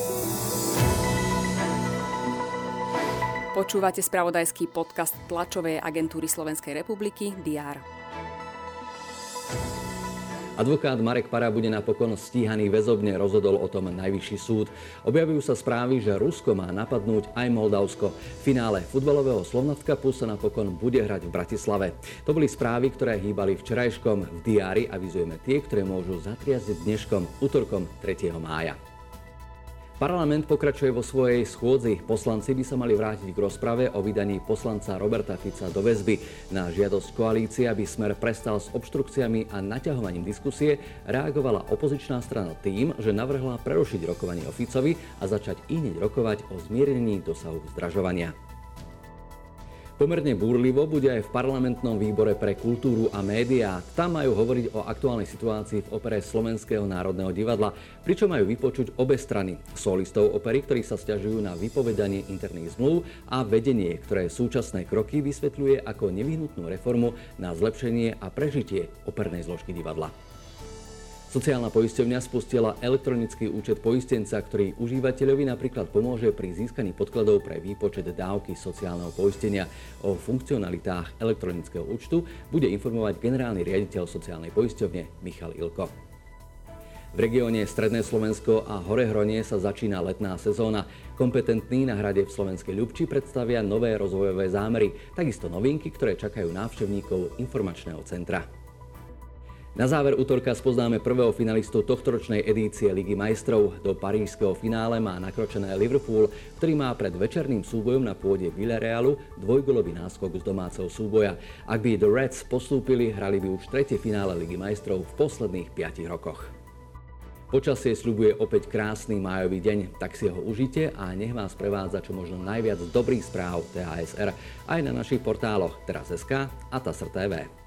Počúvate spravodajský podcast tlačovej agentúry Slovenskej republiky DR. Advokát Marek Para bude napokon stíhaný väzobne, rozhodol o tom Najvyšší súd. Objavujú sa správy, že Rusko má napadnúť aj Moldavsko. V finále futbalového Slovnaft Cupu sa napokon bude hrať v Bratislave. To boli správy, ktoré hýbali včerajškom. V DR avizujeme tie, ktoré môžu zatriasť dneškom, utorkom 3. mája. Parlament pokračuje vo svojej schôdzi. Poslanci by sa mali vrátiť k rozprave o vydaní poslanca Roberta Fica do väzby. Na žiadosť koalície, aby Smer prestal s obštrukciami a naťahovaním diskusie, reagovala opozičná strana tým, že navrhla prerušiť rokovanie o Ficovi a začať ihneď rokovať o zmiernení dosahu zdražovania. Pomerne búrlivo bude aj v parlamentnom výbore pre kultúru a médiá. Tam majú hovoriť o aktuálnej situácii v opere Slovenského národného divadla, pričom majú vypočuť obe strany. Solistov opery, ktorí sa sťažujú na vypovedanie interných zmluv, a vedenie, ktoré súčasné kroky vysvetľuje ako nevyhnutnú reformu na zlepšenie a prežitie opernej zložky divadla. Sociálna poisťovňa spustila elektronický účet poistenca, ktorý užívateľovi napríklad pomôže pri získaní podkladov pre výpočet dávky sociálneho poistenia. O funkcionalitách elektronického účtu bude informovať generálny riaditeľ sociálnej poisťovne Michal Ilko. V regióne Stredné Slovensko a Horehronie sa začína letná sezóna. Kompetentní na hrade v Slovenskej Ľubči predstavia nové rozvojové zámery, takisto novinky, ktoré čakajú návštevníkov informačného centra. Na záver utorka spoznáme prvého finalistu tohtoročnej edície Ligy majstrov. Do parížskeho finále má nakročené Liverpool, ktorý má pred večerným súbojom na pôde Villarealu dvojgolový náskok z domáceho súboja. Ak by The Reds postúpili, hrali by už tretie finále Ligy majstrov v posledných 5 rokoch. Počasie sľubuje opäť krásny májový deň, tak si ho užite a nech vás prevádza čo možno najviac dobrých správ TASR aj na našich portáloch Teraz.sk a TASR TV.